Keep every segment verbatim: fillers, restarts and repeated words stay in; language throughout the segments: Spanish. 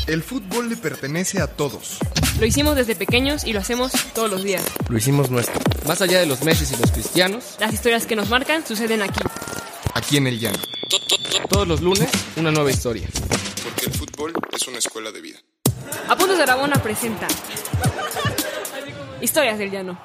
El fútbol le pertenece a todos. Lo hicimos desde pequeños y lo hacemos todos los días. Lo hicimos nuestro. Más allá de los Messi y los Cristianos, las historias que nos marcan suceden aquí. Aquí en El Llano. Todos los lunes, una nueva historia. Porque el fútbol es una escuela de vida. Apuntes de Rabona presenta Historias del Llano.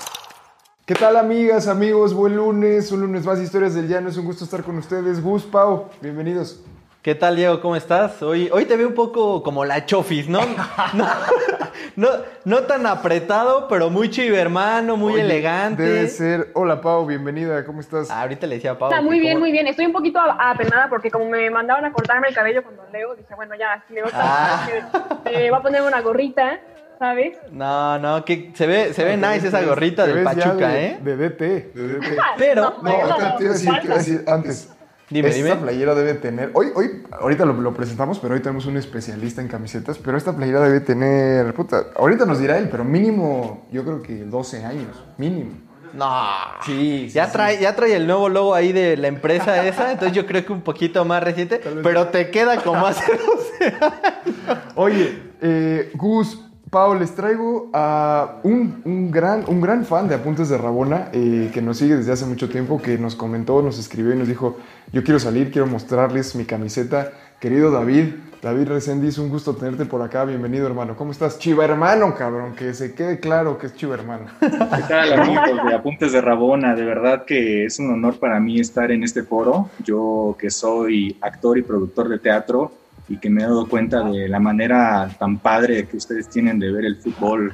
¿Qué tal, amigas, amigos? Buen lunes, un lunes más, Historias del Llano. Es un gusto estar con ustedes. Gus, Pau, bienvenidos. ¿Qué tal, Diego? ¿Cómo estás? Hoy, hoy te veo un poco como la Chofis, ¿no? No, no, no tan apretado, pero muy chivermano, muy Oye, elegante. Debe ser. Hola, Pau, bienvenida. ¿Cómo estás? Ah, ahorita le decía a Pau. Está muy bien, cómo... muy bien. Estoy un poquito apenada porque como me mandaban a cortarme el cabello cuando leo, dije, bueno, ya, si me gusta, Ah. eh, voy a poner una gorrita, ¿sabes? No, no, que se ve, se ve nice esa gorrita Te del ves ya Pachuca, de, ¿eh? De D T, de D T. Pero... No, ahorita te iba a decir, te iba a decir antes. Dime, esta dime. playera debe tener... Hoy, hoy, ahorita lo, lo presentamos, pero hoy tenemos un especialista en camisetas, pero esta playera debe tener... Puta, ahorita nos dirá él, pero mínimo, yo creo que doce años, mínimo. No, Sí, sí, ya sí. trae, ya trae el nuevo logo ahí de la empresa esa, entonces yo creo que un poquito más reciente, pero te queda como hace doce años. Oye, eh, Gus, Pau, les traigo a un, un, gran, un gran fan de Apuntes de Rabona eh, que nos sigue desde hace mucho tiempo, que nos comentó, nos escribió y nos dijo, yo quiero salir, quiero mostrarles mi camiseta. Querido David, David Reséndiz, un gusto tenerte por acá, bienvenido, hermano. ¿Cómo estás? Chiva hermano, cabrón, que se quede claro que es chiva hermano. ¿Qué tal, amigos de Apuntes de Rabona? De verdad que es un honor para mí estar en este foro. Yo que soy actor y productor de teatro y que me he dado cuenta de la manera tan padre que ustedes tienen de ver el fútbol,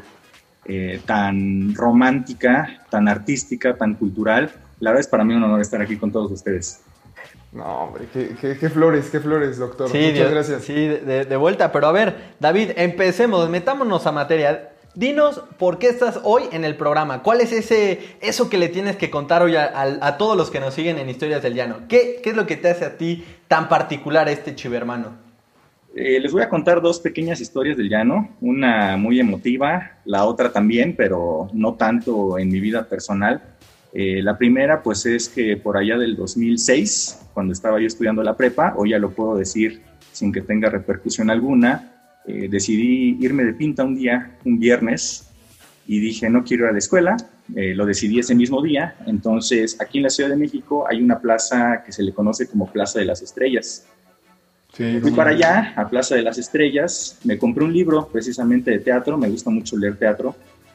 eh, tan romántica, tan artística, tan cultural. La verdad es para mí un honor estar aquí con todos ustedes. No, hombre, qué, qué, qué flores, qué flores, doctor. Sí, Muchas Dios, gracias. Sí, de, de vuelta. Pero a ver, David, empecemos, metámonos a materia. Dinos por qué estás hoy en el programa. ¿Cuál es ese eso que le tienes que contar hoy a, a, a todos los que nos siguen en Historias del Llano? ¿Qué, qué es lo que te hace a ti tan particular este chivermano? Eh, les voy a contar dos pequeñas historias del llano, una muy emotiva, la otra también, pero no tanto en mi vida personal. Eh, la primera, pues, es que por allá del dos mil seis, cuando estaba yo estudiando la prepa, hoy ya lo puedo decir sin que tenga repercusión alguna, eh, decidí irme de pinta un día, un viernes, y dije, no quiero ir a la escuela, eh, lo decidí ese mismo día. Entonces, aquí en la Ciudad de México hay una plaza que se le conoce como Plaza de las Estrellas. Sí, Fui sí. para allá, a Plaza de las Estrellas, me compré un libro precisamente de teatro, me gusta mucho leer teatro,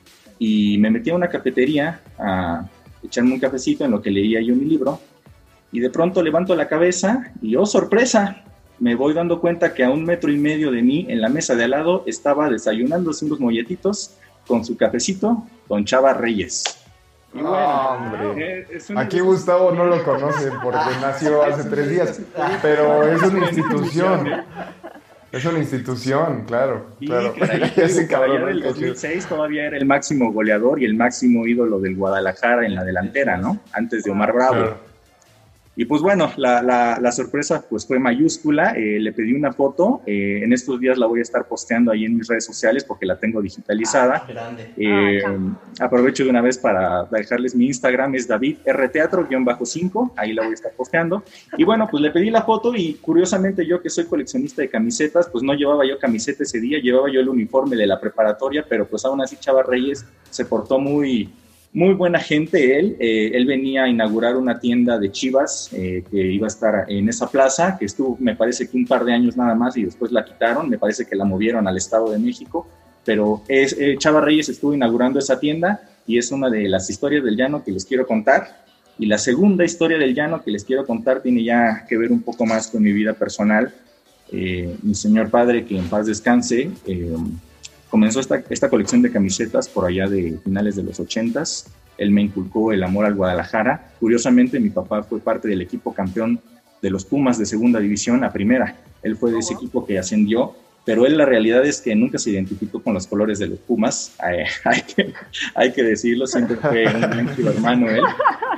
y me metí a una cafetería a echarme un cafecito en lo que leía yo mi libro, y de pronto levanto la cabeza y, oh, sorpresa, me voy dando cuenta que a un metro y medio de mí, en la mesa de al lado, estaba desayunándose unos molletitos con su cafecito, don Chava Reyes. Y bueno, No, hombre. eh, es una- Aquí Gustavo no lo conoce porque nació hace tres días, pero es una institución. Es una institución, claro. Sí, claro. caray, Ese digo, por allá cabrón del está dos mil chido. seis todavía era el máximo goleador y el máximo ídolo del Guadalajara en la delantera, ¿no? Antes de Omar Bravo. Claro. Y pues bueno, la, la, la sorpresa pues fue mayúscula. Eh, le pedí una foto. Eh, en estos días la voy a estar posteando ahí en mis redes sociales porque la tengo digitalizada. Grande. Eh, Ah, aprovecho de una vez para dejarles mi Instagram, es David R Teatro cinco, ahí la voy a estar posteando. Y bueno, pues le pedí la foto y curiosamente yo que soy coleccionista de camisetas, pues no llevaba yo camiseta ese día, llevaba yo el uniforme de la preparatoria, pero pues aún así Chava Reyes se portó muy, muy buena gente él. Eh, él venía a inaugurar una tienda de Chivas eh, que iba a estar en esa plaza, que estuvo me parece que un par de años nada más y después la quitaron, me parece que la movieron al Estado de México. Pero es, eh, Chava Reyes estuvo inaugurando esa tienda y es una de las historias del llano que les quiero contar. Y la segunda historia del llano que les quiero contar tiene ya que ver un poco más con mi vida personal. Eh, mi señor padre, que en paz descanse, eh, comenzó esta, esta colección de camisetas por allá de finales de los ochentas. Él me inculcó el amor al Guadalajara. Curiosamente, mi papá fue parte del equipo campeón de los Pumas de segunda división a primera. Él fue de ese equipo que ascendió. Pero él, la realidad es que nunca se identificó con los colores de los Pumas, hay, hay, que, hay que decirlo, siempre fue un gran hermano él.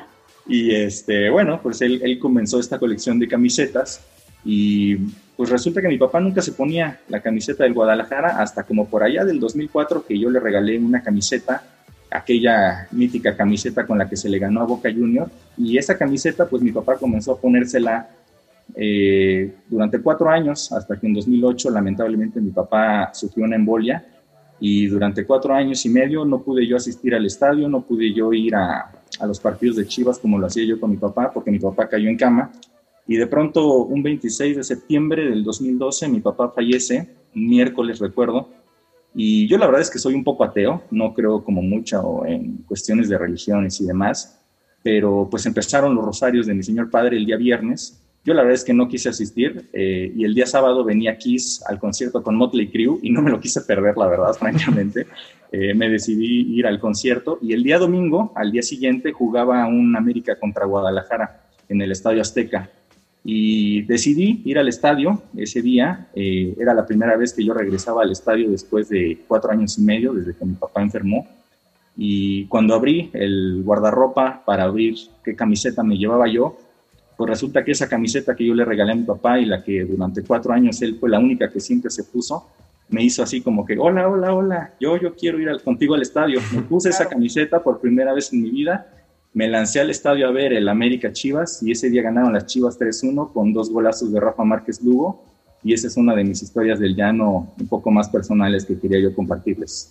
Y este, bueno, pues él, él comenzó esta colección de camisetas y pues resulta que mi papá nunca se ponía la camiseta del Guadalajara hasta como por allá del dos mil cuatro que yo le regalé una camiseta, aquella mítica camiseta con la que se le ganó a Boca Juniors, y esa camiseta pues mi papá comenzó a ponérsela eh, durante cuatro años, hasta que en dos mil ocho lamentablemente mi papá sufrió una embolia y durante cuatro años y medio no pude yo asistir al estadio, no pude yo ir a, a los partidos de Chivas como lo hacía yo con mi papá, porque mi papá cayó en cama. Y de pronto, un veintiséis de septiembre del dos mil doce, mi papá fallece, un miércoles recuerdo, y yo la verdad es que soy un poco ateo, no creo como mucho en cuestiones de religiones y demás, pero pues empezaron los rosarios de mi señor padre el día viernes. Yo la verdad es que no quise asistir, eh, y el día sábado venía Kiss al concierto con Motley Crue y no me lo quise perder, la verdad, francamente. Eh, me decidí ir al concierto y el día domingo, al día siguiente, jugaba un América contra Guadalajara en el Estadio Azteca. Y decidí ir al estadio ese día. Eh, era la primera vez que yo regresaba al estadio después de cuatro años y medio, desde que mi papá enfermó. Y cuando abrí el guardarropa para abrir qué camiseta me llevaba yo, pues resulta que esa camiseta que yo le regalé a mi papá y la que durante cuatro años él fue la única que siempre se puso, me hizo así como que, hola, hola, hola, yo, yo quiero ir al, contigo al estadio. Me puse esa camiseta por primera vez en mi vida. Me lancé al estadio a ver el América Chivas y ese día ganaron las Chivas tres uno con dos golazos de Rafa Márquez Lugo, y esa es una de mis historias del llano un poco más personales que quería yo compartirles.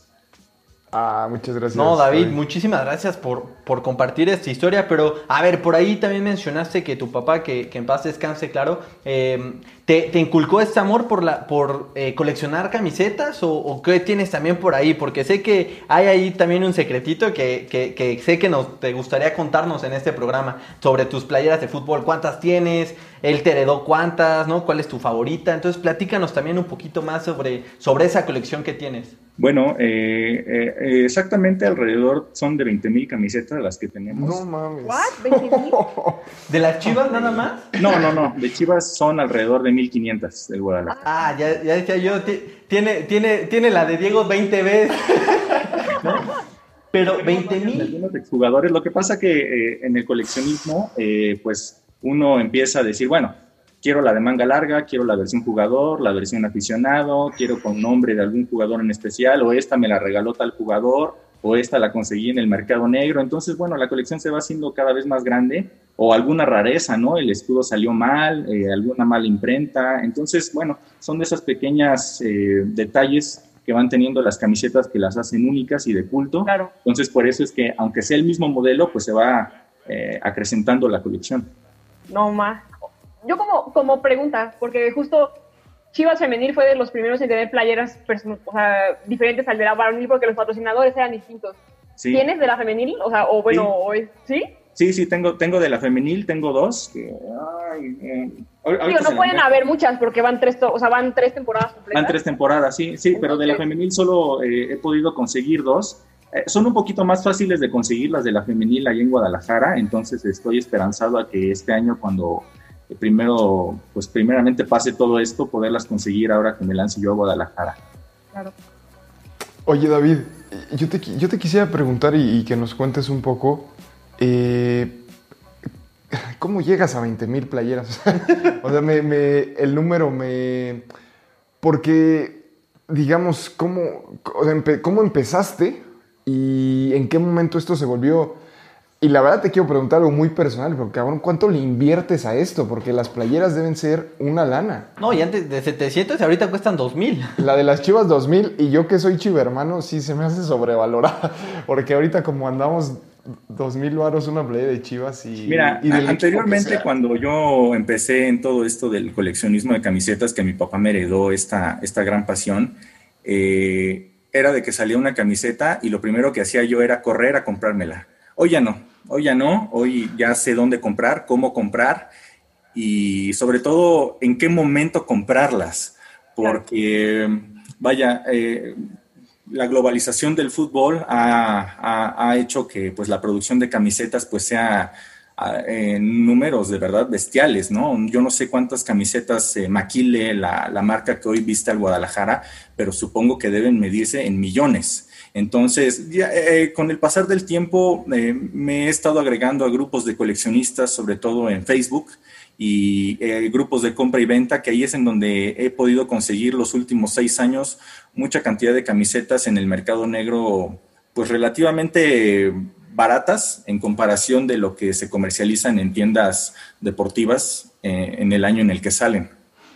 Ah, muchas gracias. No, David, David. muchísimas gracias por, por compartir esta historia, pero a ver, por ahí también mencionaste que tu papá, que, que en paz descanse, claro, eh, te, te inculcó este amor por, la, por eh, coleccionar camisetas o, o qué tienes también por ahí, porque sé que hay ahí también un secretito que, que, que sé que nos, te gustaría contarnos en este programa sobre tus playeras de fútbol, cuántas tienes, él te heredó cuántas, ¿no? ¿Cuál es tu favorita? Entonces platícanos también un poquito más sobre, sobre esa colección que tienes. Bueno, eh, eh, exactamente alrededor son de veinte mil camisetas las que tenemos. No mames. ¿What? ¿veinte mil? ¿De las Chivas nada más? No, no, no, de Chivas son alrededor de mil quinientas del Guadalajara. Ah, ya, ya decía yo, t- tiene, tiene, tiene la de Diego veinte veces. ¿No? Pero veinte mil. Algunos exjugadores, lo que pasa que eh, en el coleccionismo, eh, pues uno empieza a decir, bueno, quiero la de manga larga, quiero la versión jugador, la versión aficionado, quiero con nombre de algún jugador en especial, o esta me la regaló tal jugador, o esta la conseguí en el mercado negro. Entonces, bueno, la colección se va haciendo cada vez más grande, o alguna rareza, ¿no? El escudo salió mal, eh, alguna mala imprenta. Entonces, bueno, son de esos pequeños eh, detalles que van teniendo las camisetas que las hacen únicas y de culto. Claro. Entonces, por eso es que, aunque sea el mismo modelo, pues se va eh, acrecentando la colección. No más. Yo como, como pregunta, porque justo Chivas Femenil fue de los primeros en tener playeras person- o sea, diferentes al de la varonil porque los patrocinadores eran distintos. Sí. ¿Tienes de la femenil? O sea, o bueno, Sí. o es- ¿sí? Sí, sí, tengo, tengo de la femenil, tengo dos. Que, ay, eh, ahor- Digo, ahorita no se pueden las- haber muchas porque van tres, to- o sea, van tres temporadas completas. Van tres temporadas, sí, sí, pero de la Entonces- femenil solo eh, he podido conseguir dos. Eh, son un poquito más fáciles de conseguir las de la femenil ahí en Guadalajara, entonces estoy esperanzado a que este año, cuando eh, primero, pues primeramente pase todo esto, poderlas conseguir ahora que me lance yo a Guadalajara. Claro. Oye, David, yo te, qui- yo te quisiera preguntar y, y que nos cuentes un poco, eh, ¿cómo llegas a veinte mil playeras? O sea, me, me- el número me... Porque, digamos, ¿cómo, o sea, empe- ¿cómo empezaste y en qué momento esto se volvió? Y la verdad te quiero preguntar algo muy personal, pero cabrón, ¿cuánto le inviertes a esto? Porque las playeras deben ser una lana. No, y antes de setecientos y ahorita cuestan dos mil. La de las Chivas dos mil, y yo que soy chivermano, sí se me hace sobrevalorada. Porque ahorita como andamos dos mil varos una playa de Chivas y... Mira, y del a- equipo anteriormente que sea. cuando yo empecé en todo esto del coleccionismo de camisetas, que mi papá me heredó esta, esta gran pasión, eh, era de que salía una camiseta y lo primero que hacía yo era correr a comprármela. Hoy ya no, hoy ya no, hoy ya sé dónde comprar, cómo comprar y sobre todo en qué momento comprarlas, porque vaya, eh, la globalización del fútbol ha, ha, ha hecho que pues, la producción de camisetas pues, sea a, en números de verdad bestiales, ¿no? Yo no sé cuántas camisetas eh, maquile la, la marca que hoy viste al Guadalajara, pero supongo que deben medirse en millones. Entonces, ya, eh, con el pasar del tiempo eh, me he estado agregando a grupos de coleccionistas, sobre todo en Facebook, y eh, grupos de compra y venta, que ahí es en donde he podido conseguir los últimos seis años mucha cantidad de camisetas en el mercado negro, pues relativamente baratas en comparación de lo que se comercializan en tiendas deportivas eh, en el año en el que salen.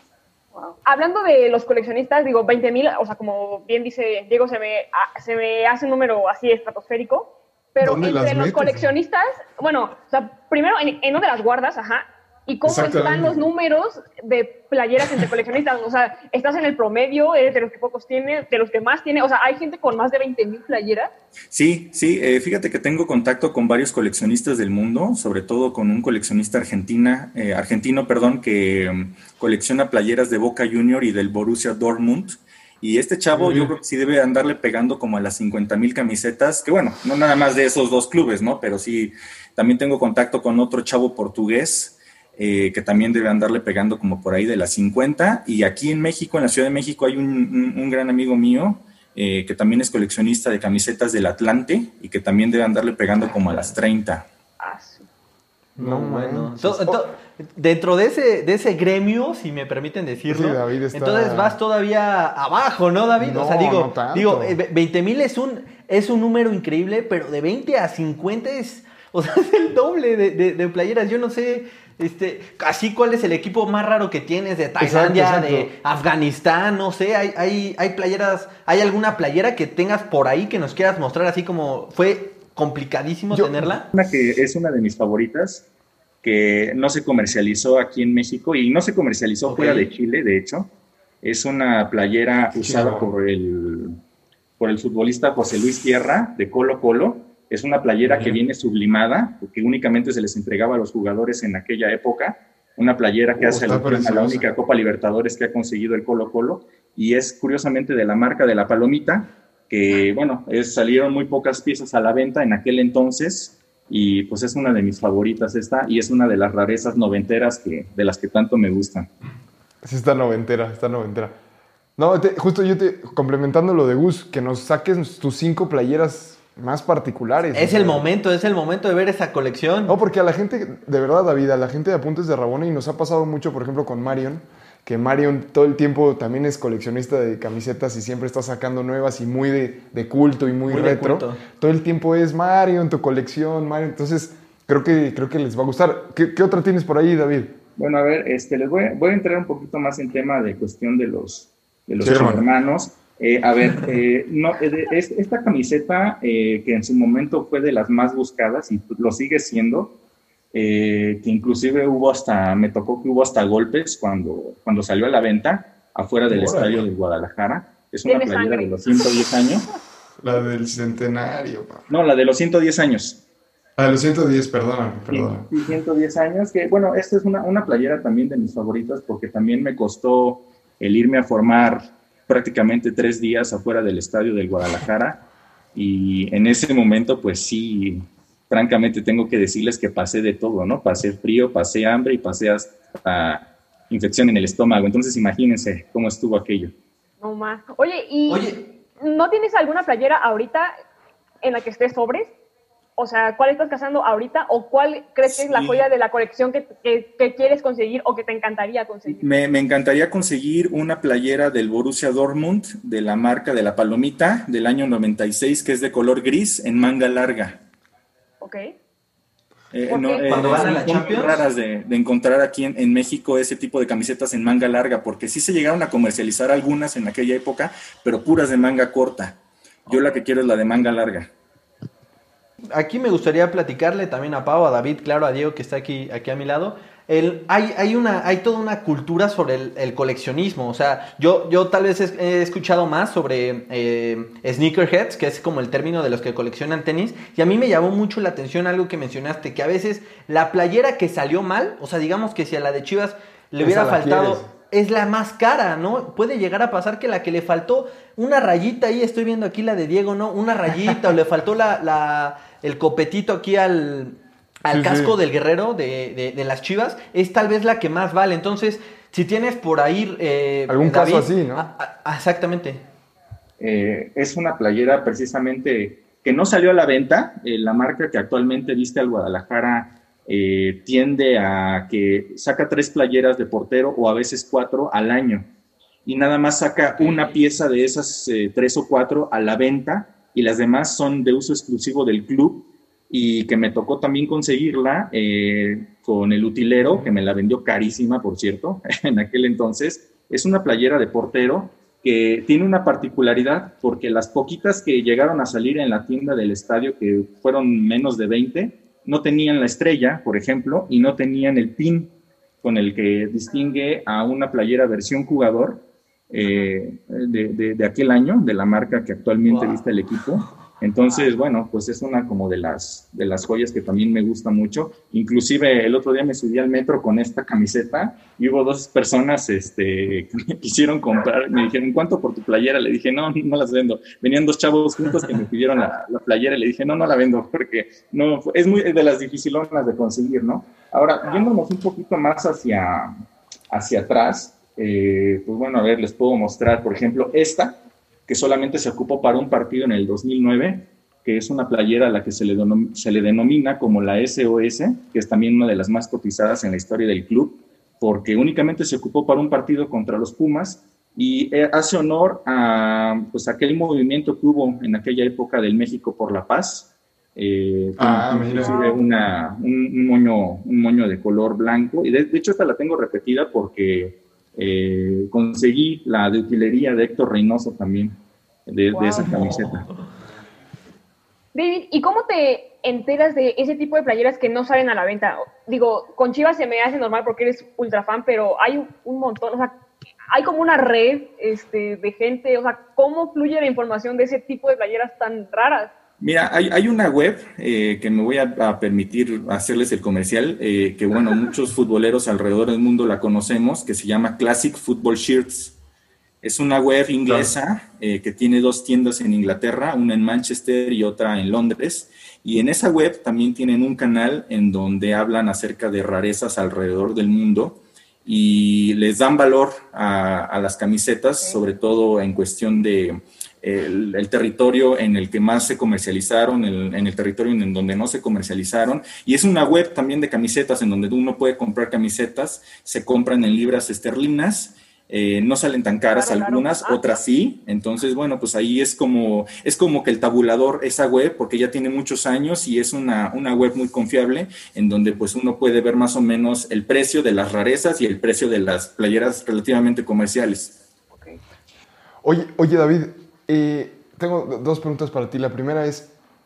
Wow. Hablando de los coleccionistas, digo, veinte mil, o sea, como bien dice Diego, se me, se me hace un número así estratosférico, pero entre los metes? coleccionistas, bueno, o sea, primero, ¿en, en dónde las guardas? Ajá. ¿Y cómo están los números de playeras entre coleccionistas? O sea, ¿estás en el promedio? ¿Eres de los que pocos tiene? ¿De los que más tiene? O sea, ¿hay gente con más de veinte mil playeras? Sí, sí. Eh, fíjate que tengo contacto con varios coleccionistas del mundo, sobre todo con un coleccionista argentina, eh, argentino perdón, que um, colecciona playeras de Boca Junior y del Borussia Dortmund. Y este chavo uh-huh. yo creo que sí debe andarle pegando como a las cincuenta mil camisetas, que bueno, no nada más de esos dos clubes, ¿no? Pero sí, también tengo contacto con otro chavo portugués, Eh, que también debe andarle pegando como por ahí de las cincuenta, y aquí en México, en la Ciudad de México, hay un, un, un gran amigo mío eh, que también es coleccionista de camisetas del Atlante y que también debe andarle pegando como a las treinta. Ah, sí. No, bueno. To, to, dentro de ese, de ese gremio, si me permiten decirlo, sí, David está... entonces vas todavía abajo, ¿no, David? No, o sea, digo, no tanto. digo veinte mil es un, es un número increíble, pero de veinte a cincuenta es, o sea, es el doble de, de, de playeras. Yo no sé... Este, así, ¿cuál es el equipo más raro que tienes de Tailandia, exacto, exacto. de Afganistán? No sé, hay, hay, hay playeras, ¿hay alguna playera que tengas por ahí que nos quieras mostrar así como fue complicadísimo Yo, tenerla? Una que es una de mis favoritas, que no se comercializó aquí en México y no se comercializó okay. fuera de Chile, de hecho. Es una playera usada sí, por el, por el futbolista José Luis Tierra de Colo Colo. Es una playera uh-huh. que viene sublimada, porque únicamente se les entregaba a los jugadores en aquella época. Una playera que uh, hace alusión a la única Copa Libertadores que ha conseguido el Colo Colo. Y es curiosamente de la marca de la Palomita, que bueno, es, salieron muy pocas piezas a la venta en aquel entonces. Y pues es una de mis favoritas esta, y es una de las rarezas noventeras que, de las que tanto me gustan. Sí, está noventera, está noventera. No, te, justo yo te, complementando lo de Gus, que nos saques tus cinco playeras más particulares. Es el momento, es el momento de ver esa colección. No, porque a la gente, de verdad, David, a la gente de Apuntes de Rabona, y nos ha pasado mucho, por ejemplo, con Marion, que Marion todo el tiempo también es coleccionista de camisetas y siempre está sacando nuevas y muy de, de culto y muy, muy retro. Todo el tiempo es Marion, tu colección, Marion. Entonces, creo que, creo que les va a gustar. ¿Qué, qué otra tienes por ahí, David? Bueno, a ver, este, les voy, voy a entrar un poquito más en tema de cuestión de los, de los sí, hermanos. Eh, a ver, eh, no, eh, es, esta camiseta eh, que en su momento fue de las más buscadas y lo sigue siendo, eh, que inclusive hubo hasta, me tocó que hubo hasta golpes cuando, cuando salió a la venta afuera del Órale. estadio de Guadalajara. Es una playera sangre? de los ciento diez años. La del centenario. Pa. No, la de los ciento diez años. Ah, de los ciento diez, perdón. perdón. Sí, ciento diez años, que bueno, esta es una, una playera también de mis favoritas porque también me costó el irme a formar prácticamente tres días afuera del estadio del Guadalajara, y en ese momento pues sí, francamente tengo que decirles que pasé de todo, ¿no? Pasé frío, pasé hambre y pasé hasta infección en el estómago, entonces imagínense cómo estuvo aquello. No más. Oye, ¿y Oye. no tienes alguna playera ahorita en la que estés sobres? O sea, ¿cuál estás cazando ahorita o cuál crees que es la joya de la colección que, que, que quieres conseguir o que te encantaría conseguir? Me, me encantaría conseguir una playera del Borussia Dortmund de la marca de la Palomita del año noventa y seis, que es de color gris en manga larga. Ok. Eh, no, eh, Cuando van a la son Champions, raras de, de encontrar aquí en, en México ese tipo de camisetas en manga larga, porque sí se llegaron a comercializar algunas en aquella época, pero puras de manga corta. Yo la que quiero es la de manga larga. Aquí me gustaría platicarle también a Pau, a David, claro, a Diego que está aquí, aquí a mi lado. El, hay, hay, una, hay toda una cultura sobre el, el coleccionismo. O sea, yo, yo tal vez he, he escuchado más sobre eh, sneakerheads, que es como el término de los que coleccionan tenis. Y a mí me llamó mucho la atención algo que mencionaste, que a veces la playera que salió mal, o sea, digamos que si a la de Chivas le hubiera faltado... Quieres. Es la más cara, ¿no? Puede llegar a pasar que la que le faltó una rayita ahí, estoy viendo aquí la de Diego, ¿no? Una rayita, o le faltó la, la, el copetito aquí al, al sí, casco sí. del guerrero de, de, de las Chivas, es tal vez la que más vale. Entonces, si tienes por ahí... Eh, Algún David, caso así, ¿no? A, a, exactamente. Eh, es una playera precisamente que no salió a la venta. Eh, la marca que actualmente viste al Guadalajara... Eh, tiende a que saca tres playeras de portero o a veces cuatro al año y nada más saca una pieza de esas eh, tres o cuatro a la venta y las demás son de uso exclusivo del club y que me tocó también conseguirla eh, con el utilero, que me la vendió carísima, por cierto, en aquel entonces. Es una playera de portero que tiene una particularidad, porque las poquitas que llegaron a salir en la tienda del estadio, que fueron menos de veinte, no tenían la estrella, por ejemplo, y no tenían el pin con el que distingue a una playera versión jugador eh, de, de, de aquel año, de la marca que actualmente Wow. viste el equipo. Entonces, bueno, pues es una como de las, de las joyas que también me gusta mucho. Inclusive el otro día me subí al metro con esta camiseta y hubo dos personas este, que me quisieron comprar. Me dijeron, ¿cuánto por tu playera? Le dije, no, no las vendo. Venían dos chavos juntos que me pidieron la, la playera y le dije, no, no la vendo porque no, es muy de las dificilonas de conseguir, ¿no? Ahora, yéndonos un poquito más hacia, hacia atrás, eh, pues bueno, a ver, les puedo mostrar, por ejemplo, esta, que solamente se ocupó para un partido en el dos mil nueve, que es una playera a la que se le, denom- se le denomina como la S O S, que es también una de las más cotizadas en la historia del club, porque únicamente se ocupó para un partido contra los Pumas y eh, hace honor a pues, aquel movimiento que hubo en aquella época del México por la Paz. Eh, Ah, inclusive una, un, un, moño, un moño de color blanco, y de, de hecho esta la tengo repetida porque eh, conseguí la de utilería de Héctor Reynoso también, de, Wow. de esa camiseta. David, ¿y cómo te enteras de ese tipo de playeras que no salen a la venta? Digo, con Chivas se me hace normal porque eres ultra fan, pero hay un, un montón, o sea, hay como una red este, de gente, o sea, ¿cómo fluye la información de ese tipo de playeras tan raras? Mira, hay, hay una web eh, que me voy a, a permitir hacerles el comercial, eh, que bueno, muchos futboleros alrededor del mundo la conocemos, que se llama Classic Football Shirts. Es una web inglesa eh, que tiene dos tiendas en Inglaterra, una en Manchester y otra en Londres. Y en esa web también tienen un canal en donde hablan acerca de rarezas alrededor del mundo y les dan valor a, a las camisetas, okay, sobre todo en cuestión de el, el territorio en el que más se comercializaron, el, en el territorio en donde no se comercializaron. Y es una web también de camisetas en donde uno puede comprar camisetas, se compran en libras esterlinas. Eh, no salen tan caras, claro, algunas, claro. Otras sí. Entonces, bueno, pues ahí es como, es como que el tabulador, esa web, porque ya tiene muchos años y es una, una web muy confiable, en donde pues uno puede ver más o menos el precio de las rarezas y el precio de las playeras relativamente comerciales. Okay. Oye, oye David, eh, tengo dos preguntas para ti. La primera es,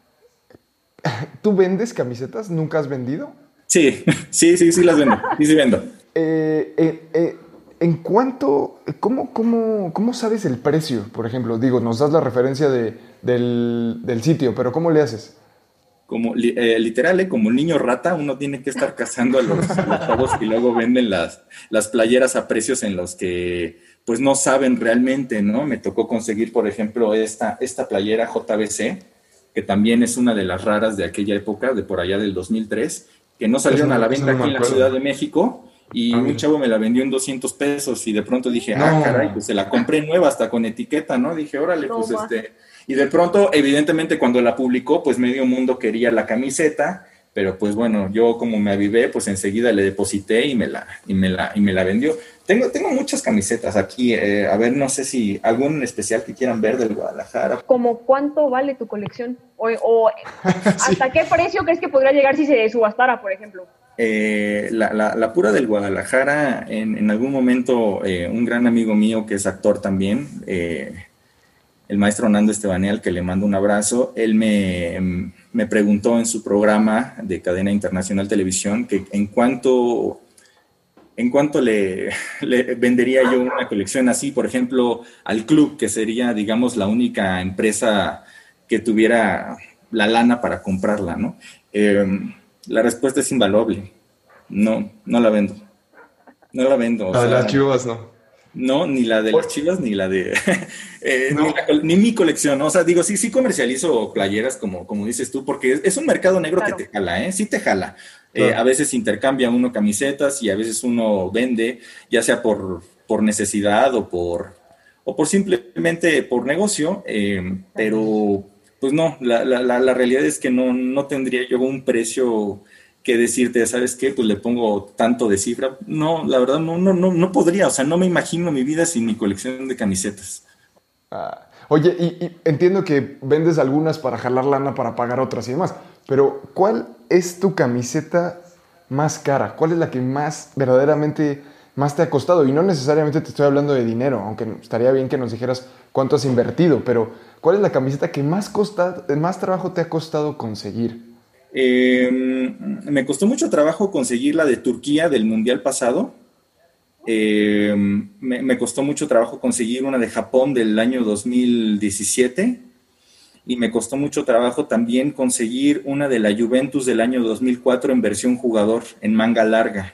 ¿tú vendes camisetas? ¿Nunca has vendido? Sí, sí, sí, sí las vendo. Sí, sí vendo. Eh, eh, eh. ¿En cuánto, cómo, cómo, cómo sabes el precio, por ejemplo? Digo, nos das la referencia de, del, del sitio, pero ¿cómo le haces? Como eh, literal, eh, como niño rata, uno tiene que estar cazando a los, a los chavos que luego venden las, las playeras a precios en los que pues no saben realmente, ¿no? Me tocó conseguir, por ejemplo, esta, esta playera J B C, que también es una de las raras de aquella época, de por allá del dos mil tres, que no salieron a la venta aquí en la Ciudad de México. Y ah, un chavo me la vendió en doscientos pesos y de pronto dije, no. ah, caray, pues se la compré nueva hasta con etiqueta, ¿no? Dije, órale, no, pues va. este... Y de pronto, evidentemente, cuando la publicó, pues medio mundo quería la camiseta, pero pues bueno, yo como me avivé, pues enseguida le deposité y me la, y me la, y me la vendió. Tengo, tengo muchas camisetas aquí, eh, a ver, no sé si algún especial que quieran ver del Guadalajara. ¿Cómo cuánto vale tu colección? O, o ¿hasta sí. qué precio crees que podría llegar si se subastara, por ejemplo? Eh, la, la, la pura del Guadalajara, en, en algún momento eh, un gran amigo mío que es actor también, eh, el maestro Nando Estebaneal, que le mando un abrazo, él me, me preguntó en su programa de Cadena Internacional Televisión que en cuánto, en cuánto le, le vendería yo una colección así, por ejemplo, al club, que sería, digamos, la única empresa que tuviera la lana para comprarla, ¿no? Eh, La respuesta es invaluable. No, no la vendo. No la vendo. La de las Chivas, no. No, ni la de las Chivas, ni la de... eh, no. ni, la, ni mi colección, ¿no? O sea, digo, sí, sí comercializo playeras, como, como dices tú, porque es, es un mercado negro, claro, que te jala, ¿eh? Sí te jala. Claro. Eh, a veces intercambia uno camisetas y a veces uno vende, ya sea por, por necesidad o por, o por simplemente por negocio, eh, pero... Pues no, la, la, la realidad es que no, no tendría yo un precio que decirte, ¿sabes qué? Pues le pongo tanto de cifra. No, la verdad no, no, no, no podría, o sea, no me imagino mi vida sin mi colección de camisetas. Ah, oye, y, y entiendo que vendes algunas para jalar lana para pagar otras y demás. pero ¿cuál es tu camiseta más cara? ¿Cuál es la que más, verdaderamente, más te ha costado? Y no necesariamente te estoy hablando de dinero, aunque estaría bien que nos dijeras cuánto has invertido, pero ¿cuál es la camiseta que más, costa, más trabajo te ha costado conseguir? Eh, me costó mucho trabajo conseguir la de Turquía del Mundial pasado. Eh, me, me costó mucho trabajo conseguir una de Japón del año dos mil diecisiete. Y me costó mucho trabajo también conseguir una de la Juventus del año dos mil cuatro en versión jugador, en manga larga.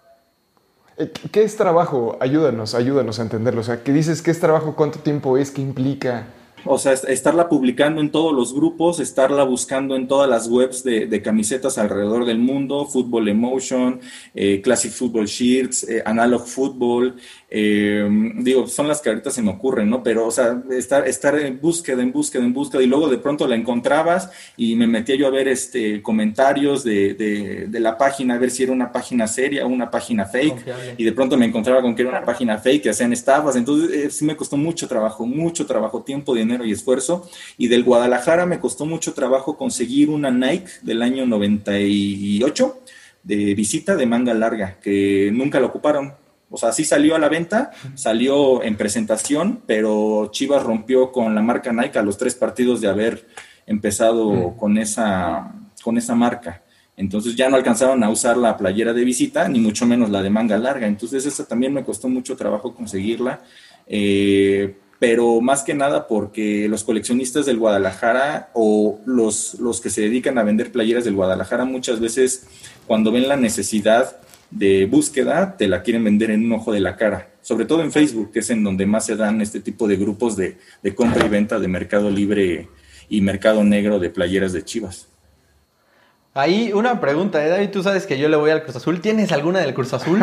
¿Qué es trabajo? Ayúdanos, ayúdanos a entenderlo. O sea, ¿qué dices? ¿Qué es trabajo? ¿Cuánto tiempo es? ¿Qué implica? O sea, estarla publicando en todos los grupos, estarla buscando en todas las webs de, de camisetas alrededor del mundo, Football Emotion, eh, Classic Football Shirts, eh, Analog Football, eh, digo, son las que ahorita se me ocurren, ¿no? Pero, o sea, estar, estar en búsqueda, en búsqueda, en búsqueda, y luego de pronto la encontrabas y me metía yo a ver este comentarios de, de, de la página, a ver si era una página seria o una página fake, confiable. Y de pronto me encontraba con que era una página fake, que hacían estafas, entonces eh, sí me costó mucho trabajo, mucho trabajo, tiempo, dinero y esfuerzo. Y del Guadalajara me costó mucho trabajo conseguir una Nike del año noventa y ocho de visita de manga larga, que nunca la ocuparon. O sea, sí salió a la venta, salió en presentación, pero Chivas rompió con la marca Nike a los tres partidos de haber empezado mm. con esa, con esa marca. Entonces ya no alcanzaron a usar la playera de visita, ni mucho menos la de manga larga. Entonces esa también me costó mucho trabajo conseguirla. Eh, pero más que nada porque los coleccionistas del Guadalajara o los, los que se dedican a vender playeras del Guadalajara muchas veces cuando ven la necesidad de búsqueda te la quieren vender en un ojo de la cara, sobre todo en Facebook, que es en donde más se dan este tipo de grupos de, de compra y venta de Mercado Libre y Mercado Negro de playeras de Chivas. Ahí una pregunta, ¿eh, David? Tú sabes que yo le voy al Cruz Azul. ¿Tienes alguna del Cruz Azul?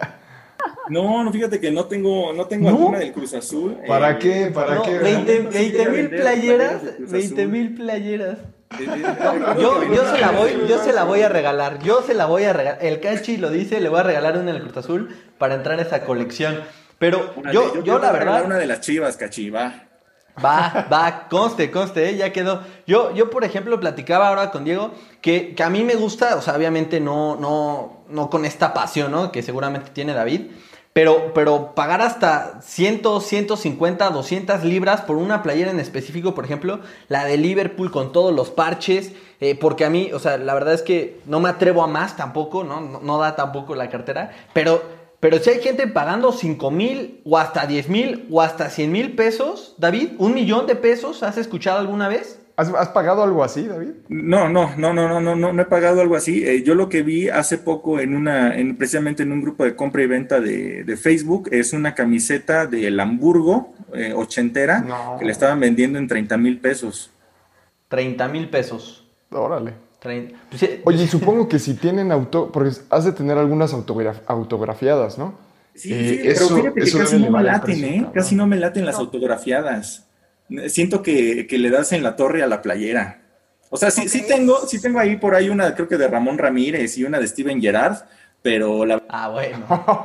No, no, fíjate que no tengo, no tengo ¿No? alguna del Cruz Azul. ¿Para eh, qué? ¿Para no, qué? veinte mil playeras, veinte mil playeras. Yo, yo se la voy, yo se la voy a regalar, yo se la voy a regalar. El Cachi lo dice, le voy a regalar una del Cruz Azul para entrar a esa colección. Pero Una yo, de- yo, yo la te regalo verdad, una de las Chivas, Cachi, va. va, va, conste, conste, ¿eh? Ya quedó. Yo, yo, por ejemplo, platicaba ahora con Diego que, que a mí me gusta, o sea, obviamente no, no, no con esta pasión, ¿no? Que seguramente tiene David. Pero, pero pagar hasta cien, ciento cincuenta, doscientas libras por una playera en específico, por ejemplo, la de Liverpool con todos los parches, eh, porque a mí, o sea, la verdad es que no me atrevo a más tampoco, ¿no? No, no da tampoco la cartera, pero, pero si hay gente pagando cinco mil o hasta diez mil o hasta cien mil pesos, David, un millón de pesos, ¿has escuchado alguna vez? ¿Has, has pagado algo así, David? No, no, no, no, no, no, no, no he pagado algo así. Eh, yo lo que vi hace poco en una, en, precisamente en un grupo de compra y venta de, de Facebook, es una camiseta del Hamburgo eh, ochentera No. que le estaban vendiendo en treinta mil pesos. treinta mil pesos. Órale. treinta Pues, eh, Oye, y supongo que si tienen auto... Porque has de tener algunas autograf- autografiadas, ¿no? Sí, Eh, sí, eso- pero fíjate que eso casi debe no me elevar el laten, precio, ¿eh? cabrón. Casi no me laten las No. autografiadas. Siento que, que le das en la torre a la playera. O sea, sí, sí tengo, sí tengo ahí por ahí una, creo que de Ramón Ramírez y una de Steven Gerrard, pero la ah, bueno.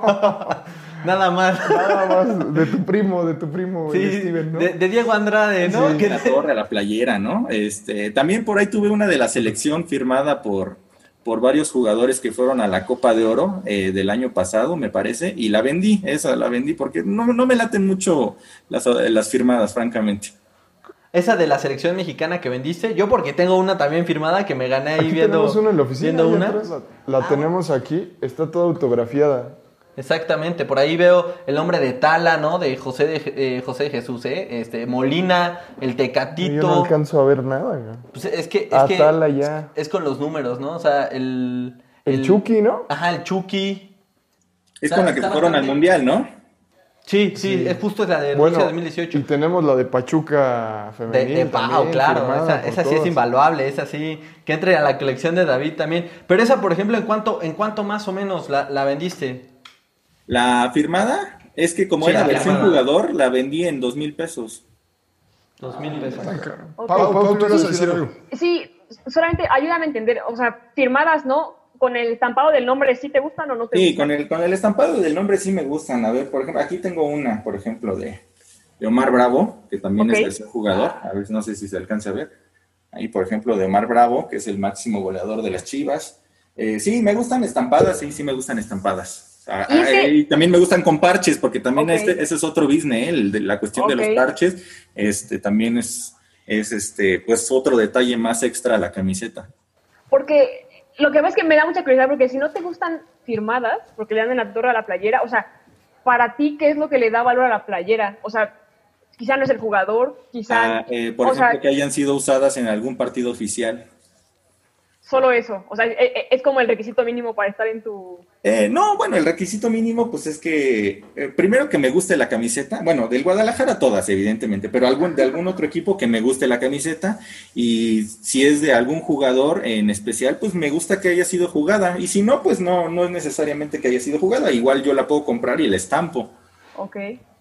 Nada más. Nada más de tu primo, de tu primo, Sí, el Steven, ¿no? de, de Diego Andrade, ¿no? Sí. Que- la torre, a la playera, ¿no? Este, también por ahí tuve una de la selección firmada por, por varios jugadores que fueron a la Copa de Oro eh, del año pasado, me parece, y la vendí, esa la vendí porque no, no me laten mucho las, las firmadas, francamente. Esa de la selección mexicana que vendiste, yo porque tengo una también firmada que me gané ahí Aquí viendo, tenemos una en la oficina. viendo ahí una. atrás. La, la Ah, tenemos aquí, está toda autografiada. Exactamente, por ahí veo el nombre de Tala, ¿no? De José de, eh, José de Jesús, ¿eh? Este, Molina, el Yo Tecatito. no alcanzo a ver nada. güey. Pues es que, es Ah, que Tala ya. es con los números, ¿no? O sea, el... El Chucky, ¿no? Ajá, el Chucky. Es Está- con la que está fueron al bastante- Mundial, ¿no? Sí, sí, Sí. es justo la de Bueno, Rusia dos mil dieciocho. y tenemos la de Pachuca De, femenil de Pau, también, claro, firmada esa, por esa sí es todos. invaluable, esa sí, que entre a la colección de David también. Pero esa, por ejemplo, ¿en cuánto, en cuánto más o menos la, la vendiste? La firmada es que como Sí, era la versión firmada. jugador, la vendí en dos mil pesos. Dos mil pesos. Ok. Pau, Pau, tú ibas a decir algo. Sí, solamente ayúdame a entender, o sea, firmadas, ¿no? Con el estampado del nombre, ¿sí te gustan o no te Sí, gustan? con el, con el estampado del nombre sí me gustan. A ver, por ejemplo, aquí tengo una, por ejemplo, de, de Omar Bravo, que también Ok. es versión jugador. A ver, no sé si se alcanza a ver. ahí por ejemplo de Omar Bravo, que es el máximo goleador de las Chivas. Eh, sí, me gustan estampadas, sí, sí me gustan estampadas. Ah, ¿Y, ese... y también me gustan con parches, porque también okay. este, ese es otro business, ¿eh? El de la cuestión okay. de los parches, este también es, es este, pues otro detalle más extra a la camiseta. Porque lo que pasa es que me da mucha curiosidad, porque si no te gustan firmadas, porque le dan en la torre a la playera, o sea, para ti, ¿qué es lo que le da valor a la playera? O sea, quizá no es el jugador, quizá... Ah, eh, por ejemplo, sea, que hayan sido usadas en algún partido oficial. Solo eso, o sea, es, es como el requisito mínimo para estar en tu... Eh, no, bueno, el requisito mínimo pues es que, eh, primero que me guste la camiseta, bueno, del Guadalajara todas evidentemente, pero algún, de algún otro equipo que me guste la camiseta, y si es de algún jugador en especial, pues me gusta que haya sido jugada, y si no, pues no, no es necesariamente que haya sido jugada, igual yo la puedo comprar y la estampo. Ok.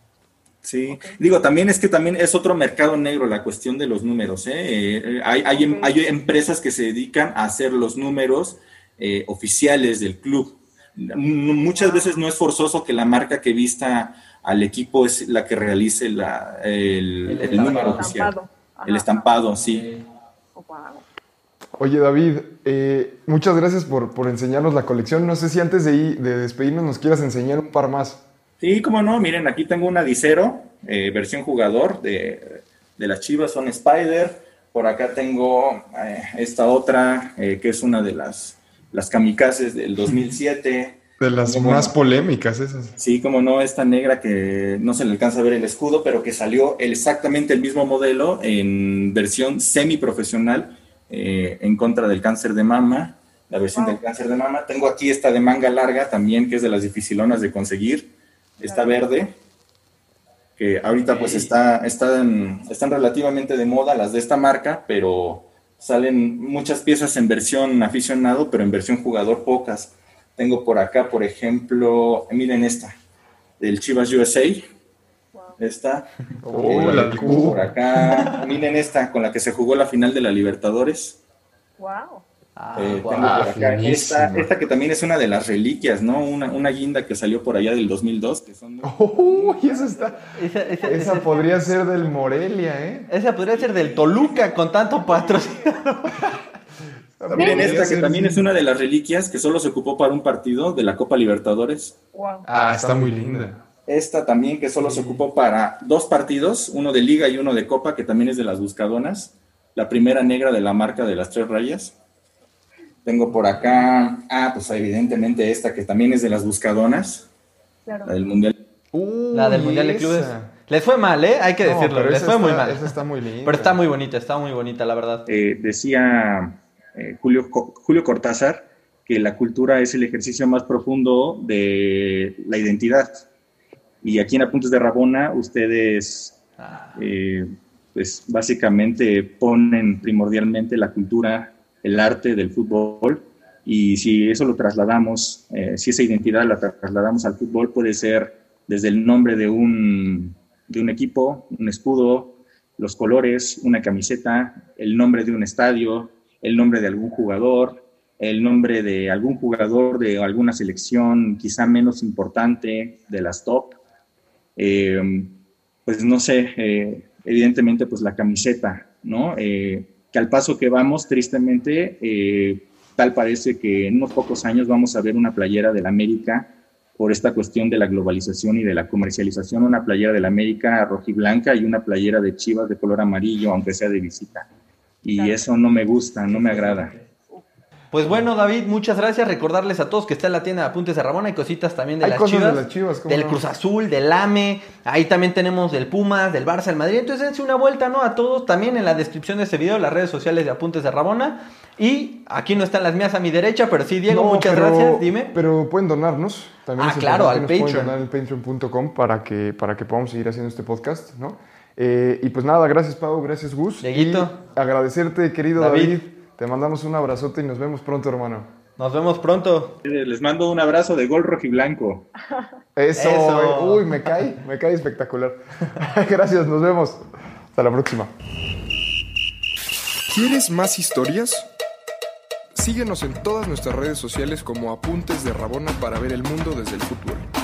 Sí, okay. Digo, también es que también es otro mercado negro la cuestión de los números, ¿eh? Eh, hay, hay, okay. hay empresas que se dedican a hacer los números eh, oficiales del club. Muchas veces no es forzoso que la marca que vista al equipo es la que realice la, el, el, el número el oficial. Estampado. El estampado, sí. Oh, wow. Oye, David, eh, muchas gracias por, por enseñarnos la colección. No sé si antes de, ir, de despedirnos nos quieras enseñar un par más. Sí, cómo no, miren, aquí tengo una Dicero, eh, versión jugador de, de las Chivas, son Spider. Por acá tengo eh, esta otra, eh, que es una de las, las kamikazes del dos mil siete. De las como más no, polémicas esas. Sí, como no, esta negra que no se le alcanza a ver el escudo, pero que salió exactamente el mismo modelo en versión semiprofesional eh, en contra del cáncer de mama, la versión wow. del cáncer de mama. Tengo aquí esta de manga larga también, que es de las dificilonas de conseguir. Está verde, que ahorita pues está, están, están relativamente de moda las de esta marca, pero salen muchas piezas en versión aficionado, pero en versión jugador pocas. Tengo por acá, por ejemplo, miren esta, del Chivas U S A, wow. esta, oh, eh, la por acá, miren esta, con la que se jugó la final de la Libertadores. Wow. Ah, Eh, wow. tengo por acá esta, esta que también es una de las reliquias, ¿no? Una, una guinda que salió por allá del dos mil dos. Que son... Oh, y esa está. Esa, esa, esa esa podría ser del Morelia, ¿eh? Esa podría ser del Toluca con tanto patrocinio. Miren esta que también es una de las reliquias que solo se ocupó para un partido de la Copa Libertadores. Wow. Ah, está muy linda. Esta también que solo se ocupó para dos partidos, uno de Liga y uno de Copa, que también es de las Buscadonas. La primera negra de la marca de las tres rayas. Tengo por acá, ah, pues evidentemente esta que también es de las Buscadonas, claro. La del Mundial. Uh, la del Mundial de Clubes. Les fue mal, ¿eh? Hay que no, decirlo, les fue está, muy mal. Esa está muy linda. Pero está muy bonita, está muy bonita, la verdad. Eh, decía eh, Julio, Julio Cortázar que la cultura es el ejercicio más profundo de la identidad. Y aquí en Apuntes de Rabona, ustedes, ah. eh, pues básicamente ponen primordialmente la cultura, el arte del fútbol, y si eso lo trasladamos, eh, si esa identidad la trasladamos al fútbol, puede ser desde el nombre de un, de un equipo, un escudo, los colores, una camiseta, el nombre de un estadio, el nombre de algún jugador, el nombre de algún jugador de alguna selección quizá menos importante de las top, eh, pues no sé, eh, evidentemente pues la camiseta, ¿no? Eh, que al paso que vamos, tristemente, eh, tal parece que en unos pocos años vamos a ver una playera del América por esta cuestión de la globalización y de la comercialización, una playera del América rojiblanca y una playera de Chivas de color amarillo, aunque sea de visita. Y claro. Eso no me gusta, no me agrada. Pues bueno, David, muchas gracias. Recordarles a todos que está en la tienda de Apuntes de Rabona. Hay cositas también de, Hay las, cosas Chivas, de las Chivas, del no? Cruz Azul, del A M E. Ahí también tenemos del Pumas, del Barça, del Madrid. Entonces dense una vuelta, ¿no? A todos. También en la descripción de este video, las redes sociales de Apuntes de Rabona. Y aquí no están las mías a mi derecha, pero sí, Diego, no, muchas pero, gracias. Dime. Pero pueden donarnos. También ah, claro, al nos Patreon. Pueden donar en patreon punto com para que, para que podamos seguir haciendo este podcast, ¿no? Eh, y pues nada, gracias Pau, gracias Gus. Dieguito. Y agradecerte, querido David. David. Te mandamos un abrazote y nos vemos pronto, hermano. Nos vemos pronto. Les mando un abrazo de gol rojiblanco. Eso, Eso. Uy, me cae, me cae espectacular. Gracias, nos vemos. Hasta la próxima. ¿Quieres más historias? Síguenos en todas nuestras redes sociales como Apuntes de Rabona para ver el mundo desde el fútbol.